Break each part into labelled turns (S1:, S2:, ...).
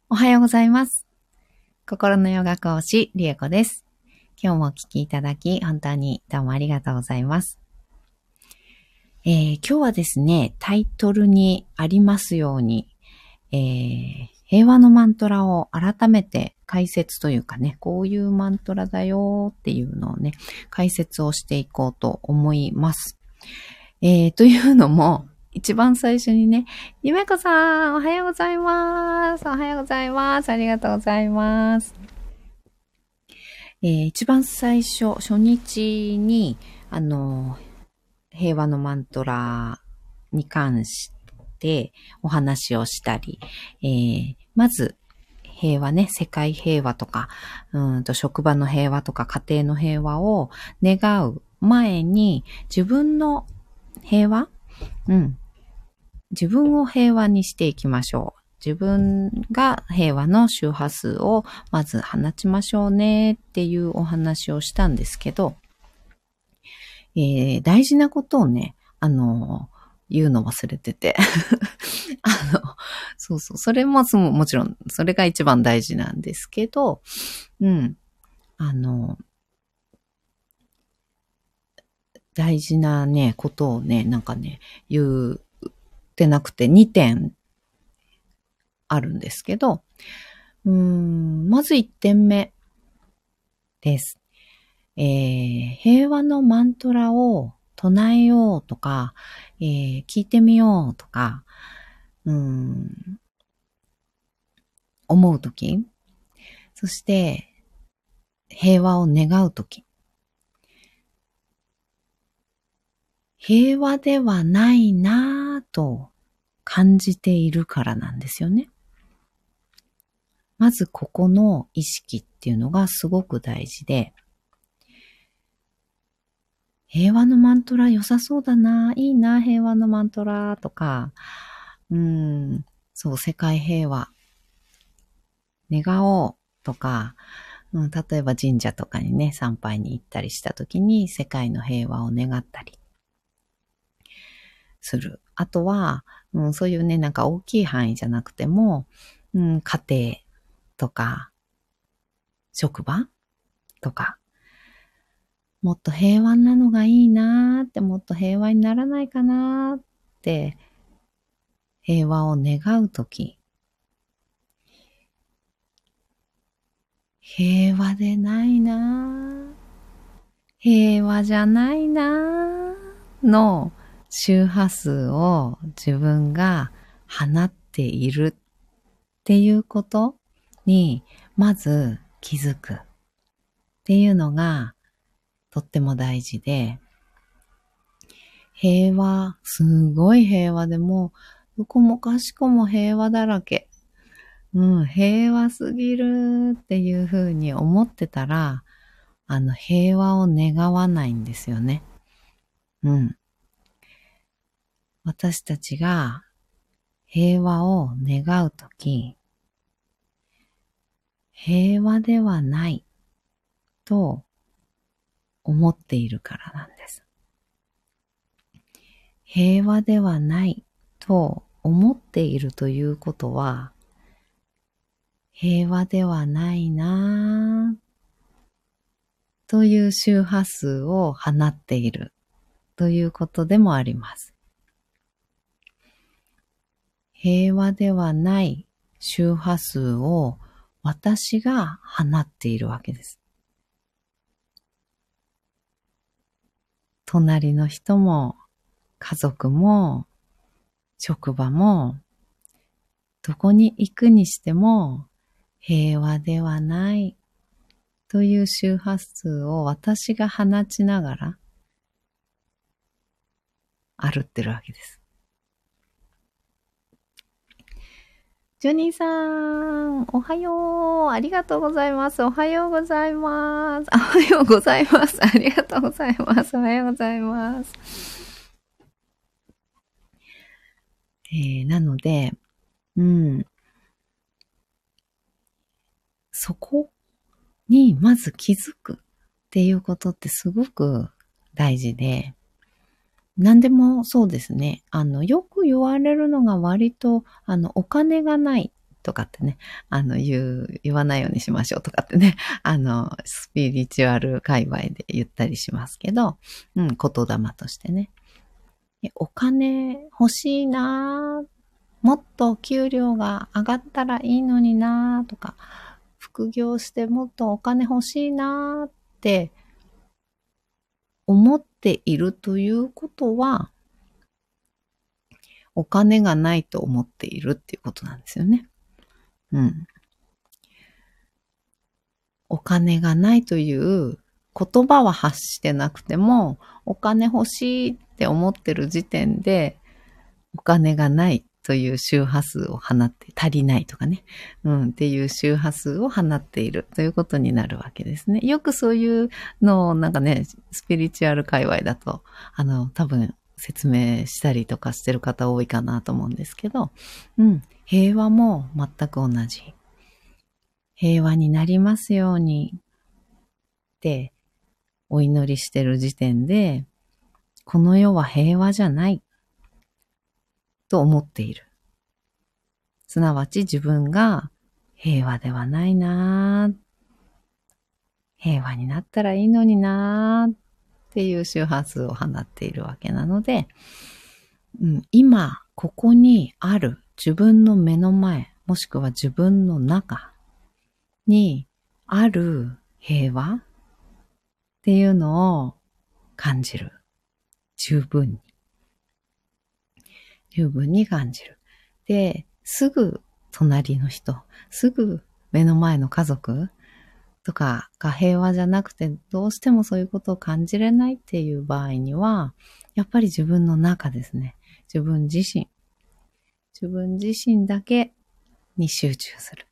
S1: おはようございます。心のヨガ講師、リエコです。今日もお聞きいただき、本当にどうもありがとうございます。今日はですね、タイトルにありますように、平和のマントラを改めて解説というかね、こういうマントラだよっていうのをね、解説をしていこうと思います。というのも、一番最初にね、ゆめこさん、おはようございます。おはようございます。ありがとうございます。一番最初、初日に、平和のマントラに関してお話をしたり、まず、平和ね、世界平和とか、職場の平和とか家庭の平和を願う前に、自分の平和、自分を平和にしていきましょう。自分が平和の周波数をまず放ちましょうねっていうお話をしたんですけど、大事なことをね、言うの忘れててそう、それももちろん、それが一番大事なんですけど、大事なね、ことをね、言ってなくて2点あるんですけど、まず1点目です。平和のマントラを唱えようとか、聞いてみようとか、思うとき、そして平和を願うとき、平和ではないなぁと感じているからなんですよね。まずここの意識っていうのがすごく大事で、平和のマントラ良さそうだな、いいな、平和のマントラとか、そう、世界平和、願おうとか、例えば神社とかにね、参拝に行ったりした時に世界の平和を願ったりする。あとは、そういうね、大きい範囲じゃなくても、家庭とか、職場とか、もっと平和なのがいいなーって、もっと平和にならないかなーって、平和を願うとき、平和でないなー、平和じゃないなーの周波数を自分が放っているっていうことに、まず気づくっていうのがとっても大事で、平和、すごい平和でも、どこもかしこも平和だらけ。平和すぎるっていうふうに思ってたら、平和を願わないんですよね。私たちが平和を願うとき、平和ではないと思っているからなんです。平和ではないと思っているということは、平和ではないなぁという周波数を放っているということでもあります。平和ではない周波数を私が放っているわけです。隣の人も家族も職場もどこに行くにしても平和ではないという周波数を私が放ちながら歩ってるわけです。ジョニーさん、おはよう。ありがとうございます。おはようございます。おはようございます。ありがとうございます。おはようございます。なので、そこにまず気づくっていうことってすごく大事で、何でもそうですね。よく言われるのが割と、お金がないとかってね、言わないようにしましょうとかってね、スピリチュアル界隈で言ったりしますけど、言霊としてね。お金欲しいなぁ、もっと給料が上がったらいいのになぁとか、副業してもっとお金欲しいなぁって思っているということは、お金がないと思っているっていうことなんですよね。お金がないという言葉は発してなくても、お金欲しいって思ってる時点で、お金がないという周波数を放って、足りないとかね、っていう周波数を放っているということになるわけですね。よくそういうのをなんかね、スピリチュアル界隈だと、多分説明したりとかしてる方多いかなと思うんですけど、平和も全く同じ。平和になりますようにってお祈りしてる時点で、この世は平和じゃないと思っている。すなわち自分が平和ではないなぁ、平和になったらいいのになぁっていう周波数を放っているわけなので、今ここにある自分の目の前、もしくは自分の中にある平和っていうのを感じる。十分に感じる。で、すぐ隣の人、すぐ目の前の家族とかが平和じゃなくて、どうしてもそういうことを感じれないっていう場合には、やっぱり自分の中ですね。自分自身だけに集中する。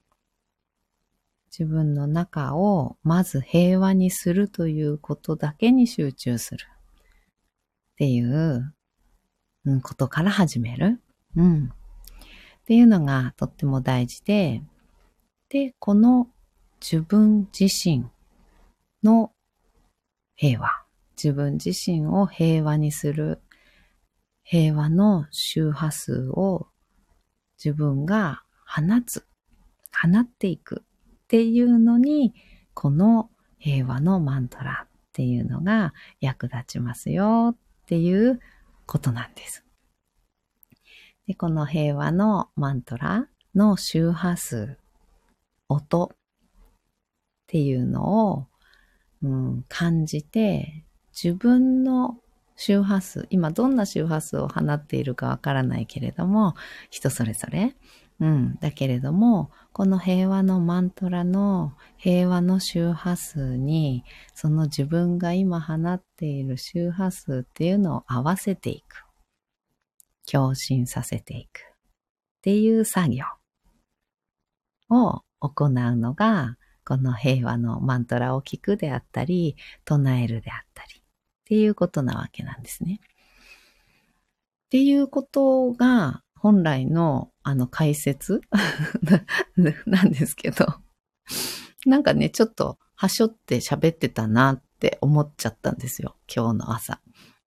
S1: 自分の中をまず平和にするということだけに集中する。っていうことから始める。っていうのがとっても大事で、で、この自分自身の平和、自分自身を平和にする、平和の周波数を自分が放っていくっていうのに、この平和のマントラっていうのが役立ちますよっていうことなんです。で、この平和のマントラの周波数、音っていうのを、感じて、自分の周波数、今どんな周波数を放っているかわからないけれども、人それぞれ。だけれども、この平和のマントラの平和の周波数に、その自分が今放っている周波数っていうのを合わせていく。共振させていく。っていう作業を行うのが、この平和のマントラを聞くであったり、唱えるであったり、っていうことなわけなんですね。っていうことが、本来の解説なんですけど、なんかね、ちょっと、はしょって喋ってたなって思っちゃったんですよ。今日の朝。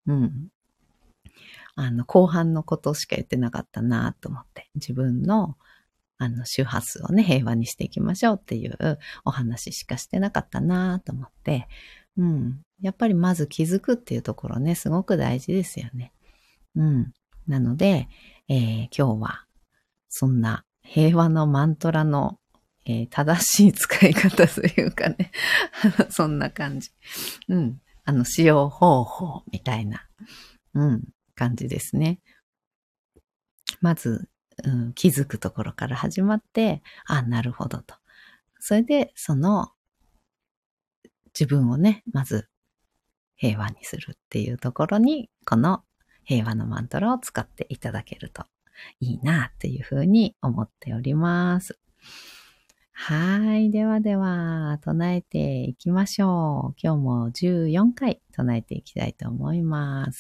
S1: 後半のことしか言ってなかったなと思って。自分の周波数をね、平和にしていきましょうっていうお話しかしてなかったなと思って、やっぱりまず気づくっていうところね、すごく大事ですよね。なので、今日は、そんな平和のマントラの、正しい使い方というかね、そんな感じ。使用方法みたいな、感じですね。まず、気づくところから始まって、なるほどと。それで、その自分をね、まず平和にするっていうところに、この平和のマントラを使っていただけるといいなっていうふうに思っております。はい。ではでは、唱えていきましょう。今日も14回唱えていきたいと思います。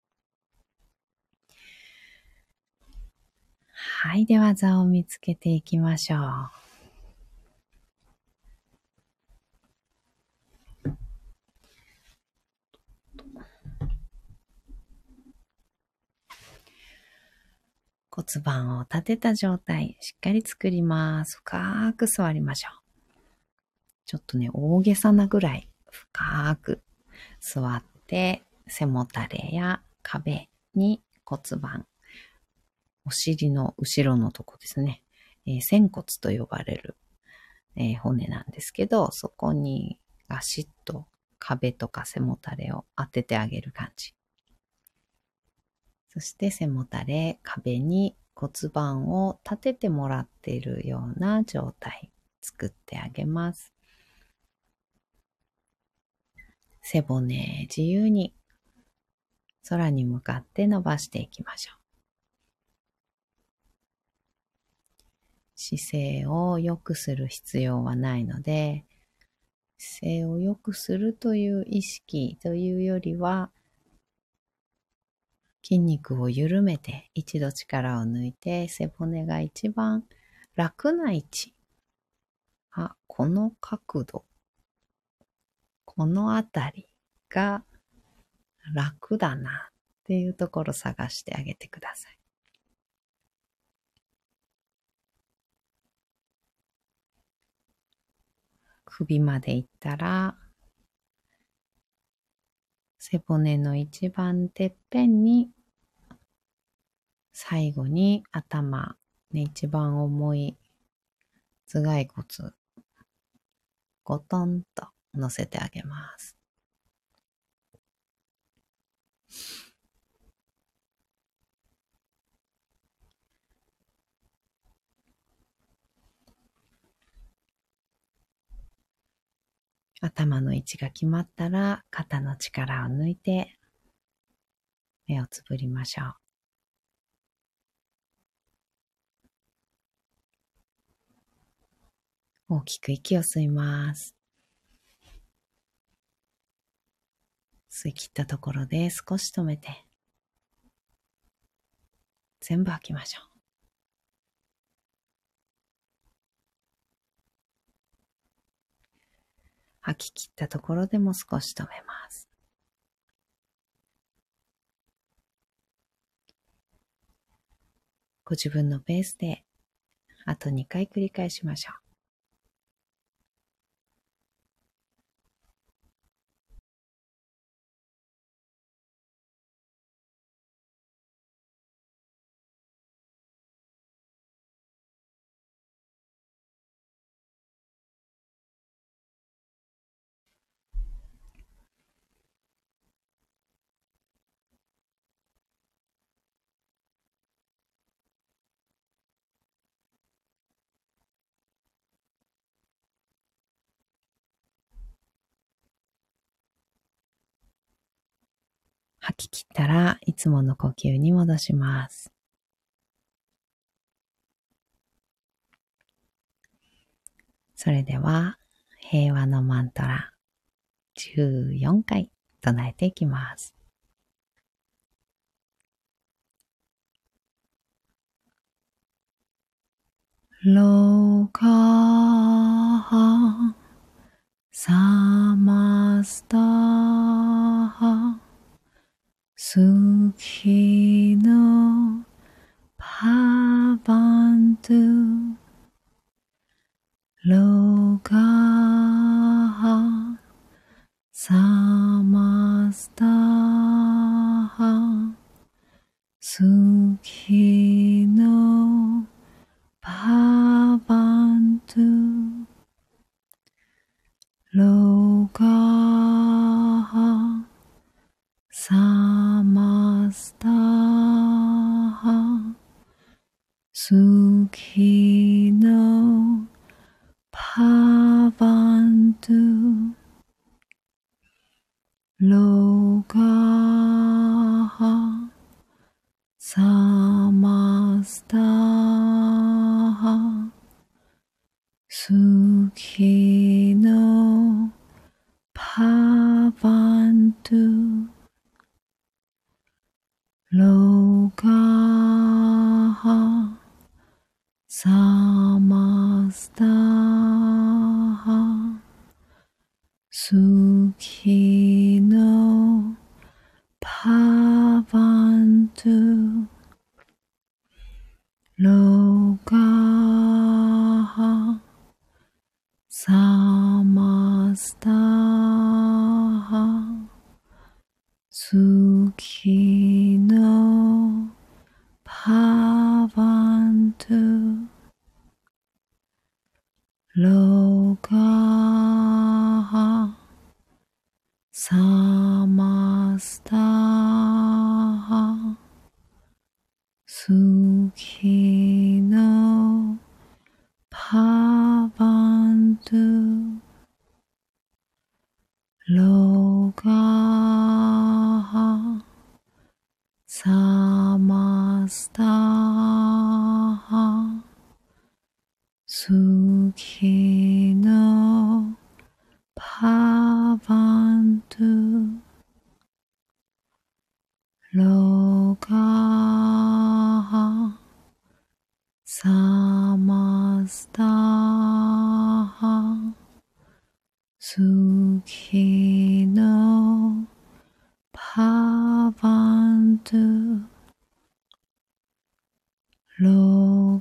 S1: はい。では、座を見つけていきましょう。 骨盤を立てた状態、しっかり作ります。深く座りましょう。ちょっとね、大げさなぐらい深く座って、背もたれや壁に骨盤、お尻の後ろのとこですね。仙骨と呼ばれる、骨なんですけど、そこにガシッと壁とか背もたれを当ててあげる感じ。そして背もたれ、壁に骨盤を立ててもらっているような状態作ってあげます。背骨自由に空に向かって伸ばしていきましょう。姿勢を良くする必要はないので、姿勢を良くするという意識というよりは、筋肉を緩めて一度力を抜いて背骨が一番楽な位置。この角度、このあたりが楽だなっていうところを探してあげてください。首まで行ったら、背骨の一番てっぺんに、最後に頭、一番重い頭蓋骨、ゴトンと乗せてあげます。頭の位置が決まったら、肩の力を抜いて、目をつぶりましょう。大きく息を吸います。吸い切ったところで少し止めて、全部吐きましょう。吐き切ったところでも少し止めます。ご自分のペースであと2回繰り返しましょう。吐き切ったらいつもの呼吸に戻します。それでは平和のマントラ14回唱えていきます。ロカハサマスタハスキノパバントゥロカハサマスタハスキノパバントゥロカハサマスタハスキノパバントゥロカハサマスタハスキノパバントゥロカハサマスタハスキノパバントゥスター月のパワントゥロガサマスター月のパワントゥロガサマスター月のパワントゥロガサマスター月のパワントゥロ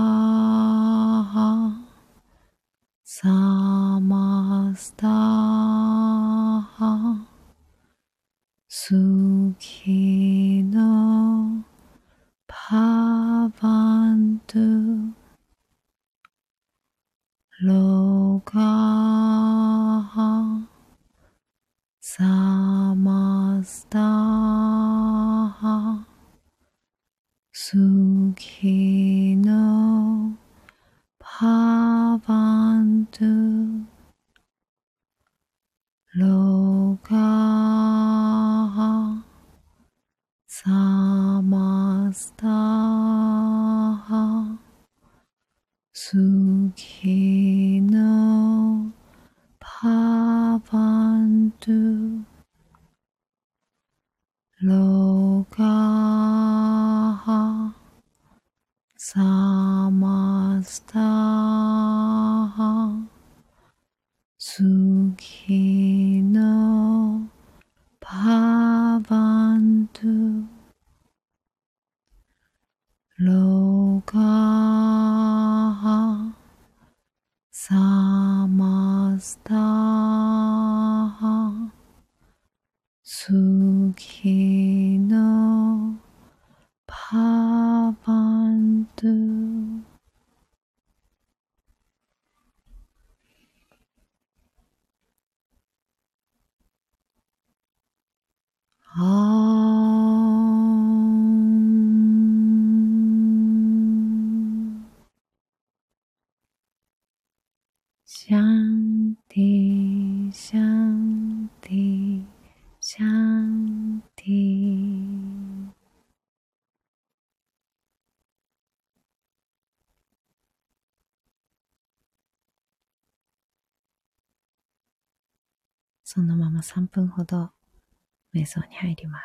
S1: ガサマスター月のパワントゥロガサマスター月のパワントゥロガサマスター月のパワントゥロガサマスター月のパワントゥロガサマスター月のパワントゥシャンティシャンティシャンティそのまま3分ほど瞑想に入ります。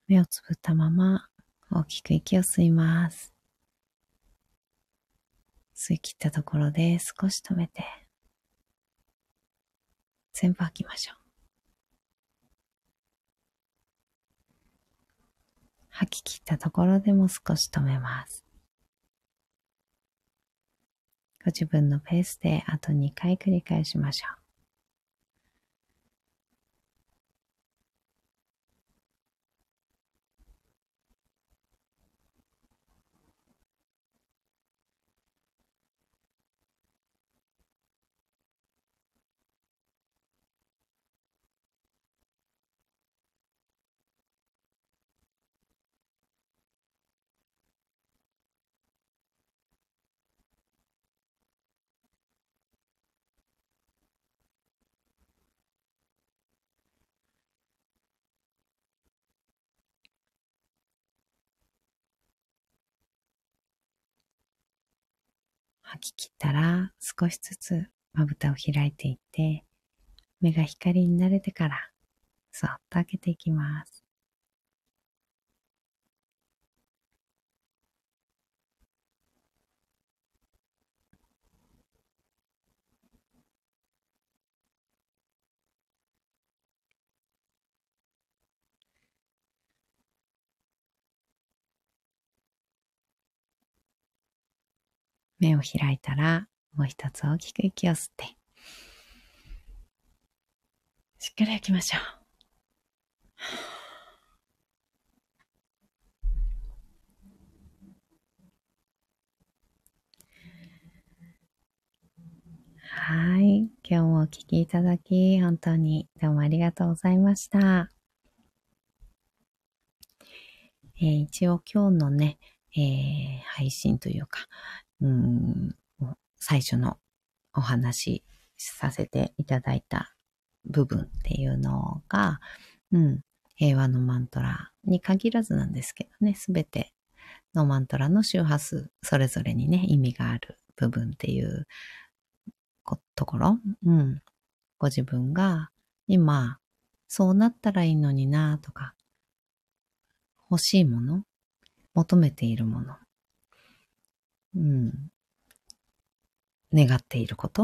S1: 目をつぶったまま大きく息を吸います。吸い切ったところで少し止めて、全部吐きましょう。吐き切ったところでも少し止めます。ご自分のペースであと2回繰り返しましょう。吐き切ったら少しずつまぶたを開いていって、目が光に慣れてからそっと開けていきます。目を開いたらもう一つ大きく息を吸って、しっかり吐きましょう。はい。今日もお聞きいただき、本当にどうもありがとうございました。一応今日のね、配信というか、最初のお話しさせていただいた部分っていうのが、平和のマントラに限らずなんですけどね、すべてのマントラの周波数、それぞれにね、意味がある部分っていうところ、ご自分が今、そうなったらいいのになとか、欲しいもの、求めているもの、願っていること、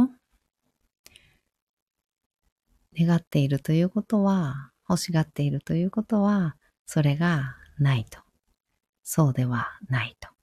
S1: 願っているということは、欲しがっているということは、それがないと。そうではないと。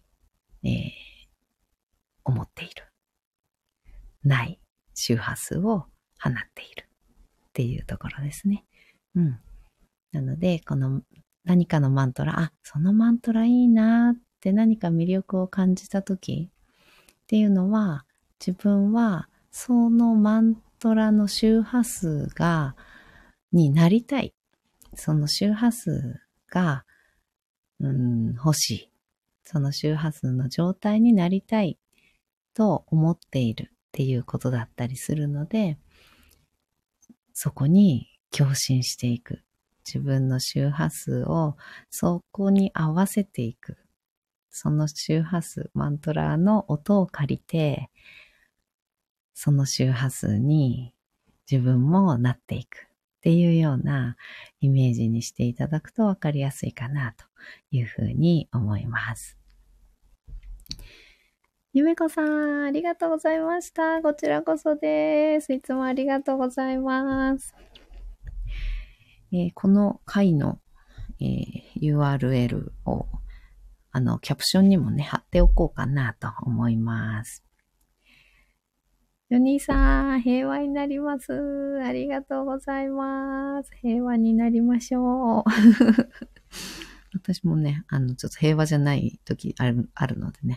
S1: 思っている。ない周波数を放っているっていうところですね。なので、この何かのマントラ、そのマントラいいなって何か魅力を感じたときっていうのは、自分はそのマントラの周波数になりたい。その周波数が、欲しい。その周波数の状態になりたいと思っているっていうことだったりするので、そこに共振していく。自分の周波数をそこに合わせていく。その周波数、マントラの音を借りて、その周波数に自分もなっていくっていうようなイメージにしていただくと分かりやすいかなというふうに思います。ゆめこさん、ありがとうございました。こちらこそです。いつもありがとうございます。この回の、URL をキャプションにもね、貼っておこうかなと思います。ヨニーさん、平和になります。ありがとうございます。平和になりましょう。私もね、ちょっと平和じゃない時あるのでね。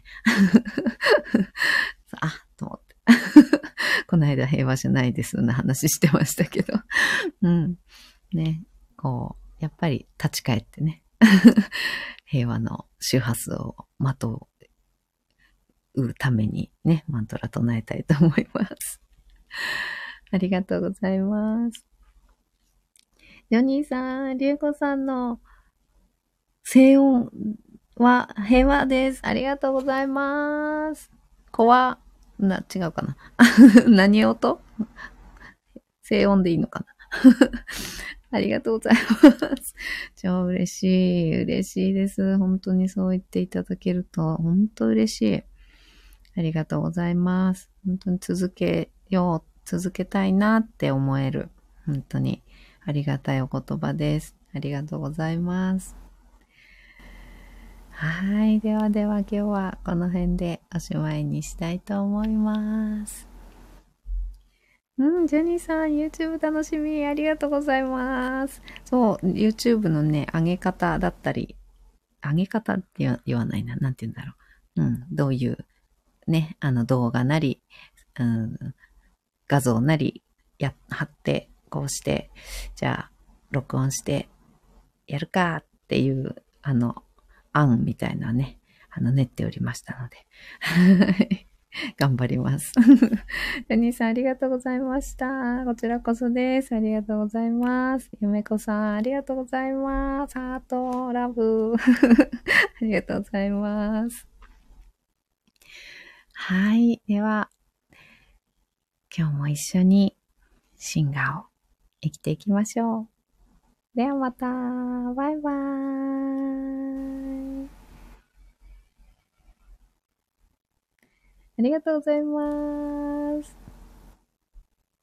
S1: と思って。この間平和じゃないですな話してましたけど。ね、やっぱり立ち返ってね。平和の周波数をまとうためにね、マントラ唱えたいと思います。ありがとうございます。ジョニーさん、リュウコさんの静音は平和です。ありがとうございます。違うかな。何音？静音でいいのかな。 ありがとうございます。超嬉しい。嬉しいです。本当にそう言っていただけると、本当嬉しい。ありがとうございます。本当に続けたいなって思える。本当にありがたいお言葉です。ありがとうございます。はい。ではでは今日はこの辺でおしまいにしたいと思います。ジェニーさん、YouTube 楽しみ。ありがとうございます。そう、YouTube のね、上げ方だったり、上げ方って言わないな。なんて言うんだろう。どういうね、動画なり、うん、画像なり、貼って、こうして、じゃあ、録音して、やるかっていう、案みたいなね、練っておりましたので。頑張ります。ジャニーさん、ありがとうございました。こちらこそです。ありがとうございます。ゆめこさん、ありがとうございます。ハート、ラブ。ありがとうございます。はい。では、今日も一緒にシンガーを生きていきましょう。ではまた。バイバーイ。ありがとうございます。